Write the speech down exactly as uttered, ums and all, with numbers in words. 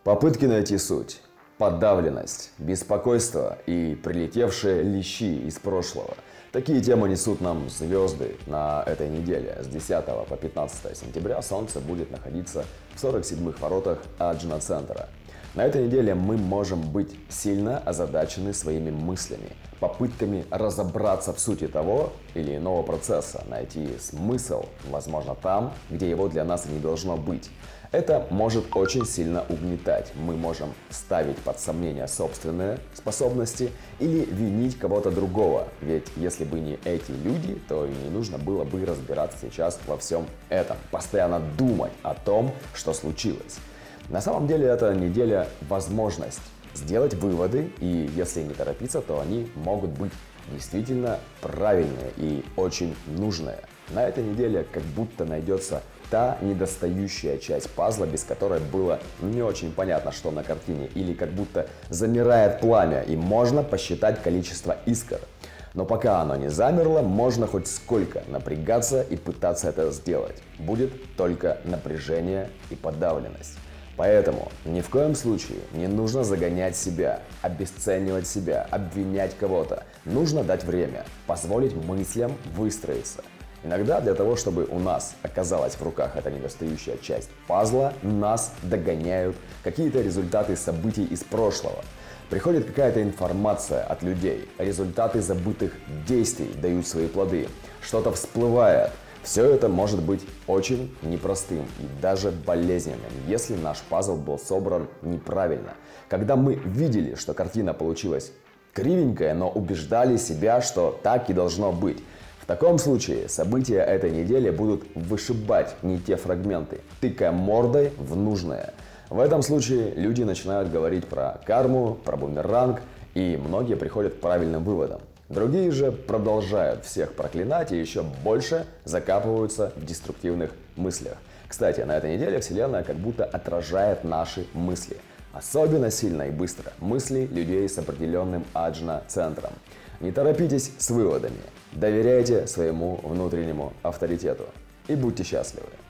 Попытки найти суть, подавленность, беспокойство и прилетевшие лещи из прошлого. Такие темы несут нам звезды на этой неделе. С десятого по пятнадцатое сентября Солнце будет находиться в сорок седьмых воротах Аджна-центра. На этой неделе мы можем быть сильно озадачены своими мыслями, попытками разобраться в сути того или иного процесса, найти смысл, возможно, там, где его для нас и не должно быть. Это может очень сильно угнетать. Мы можем ставить под сомнение собственные способности или винить кого-то другого. Ведь если бы не эти люди, то и не нужно было бы разбираться сейчас во всем этом. Постоянно думать о том, что случилось. На самом деле это неделя возможность сделать выводы, и если не торопиться, то они могут быть действительно правильные и очень нужные. На этой неделе как будто найдется та недостающая часть пазла, без которой было не очень понятно, что на картине, или как будто замирает пламя, и можно посчитать количество искр. Но пока оно не замерло, можно хоть сколько напрягаться и пытаться это сделать. Будет только напряжение и подавленность. Поэтому ни в коем случае не нужно загонять себя, обесценивать себя, обвинять кого-то. Нужно дать время, позволить мыслям выстроиться. Иногда для того, чтобы у нас оказалась в руках эта недостающая часть пазла, нас догоняют какие-то результаты событий из прошлого. Приходит какая-то информация от людей, результаты забытых действий дают свои плоды, что-то всплывает. Все это может быть очень непростым и даже болезненным, если наш пазл был собран неправильно. Когда мы видели, что картина получилась кривенькая, но убеждали себя, что так и должно быть. В таком случае события этой недели будут вышибать не те фрагменты, тыкая мордой в нужное. В этом случае люди начинают говорить про карму, про бумеранг, и многие приходят к правильным выводам. Другие же продолжают всех проклинать и еще больше закапываются в деструктивных мыслях. Кстати, на этой неделе Вселенная как будто отражает наши мысли. Особенно сильно и быстро мысли людей с определенным аджна-центром. Не торопитесь с выводами, доверяйте своему внутреннему авторитету и будьте счастливы.